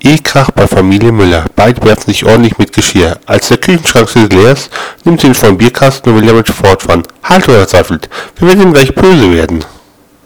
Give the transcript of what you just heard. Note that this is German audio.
Krach bei Familie Müller. Beide werfen sich ordentlich mit Geschirr. Als der Küchenschrank leer ist, nimmt sie ihn vom Bierkasten und will damit fortfahren. Halt, oder Seifelt, wir werden ihm gleich böse werden.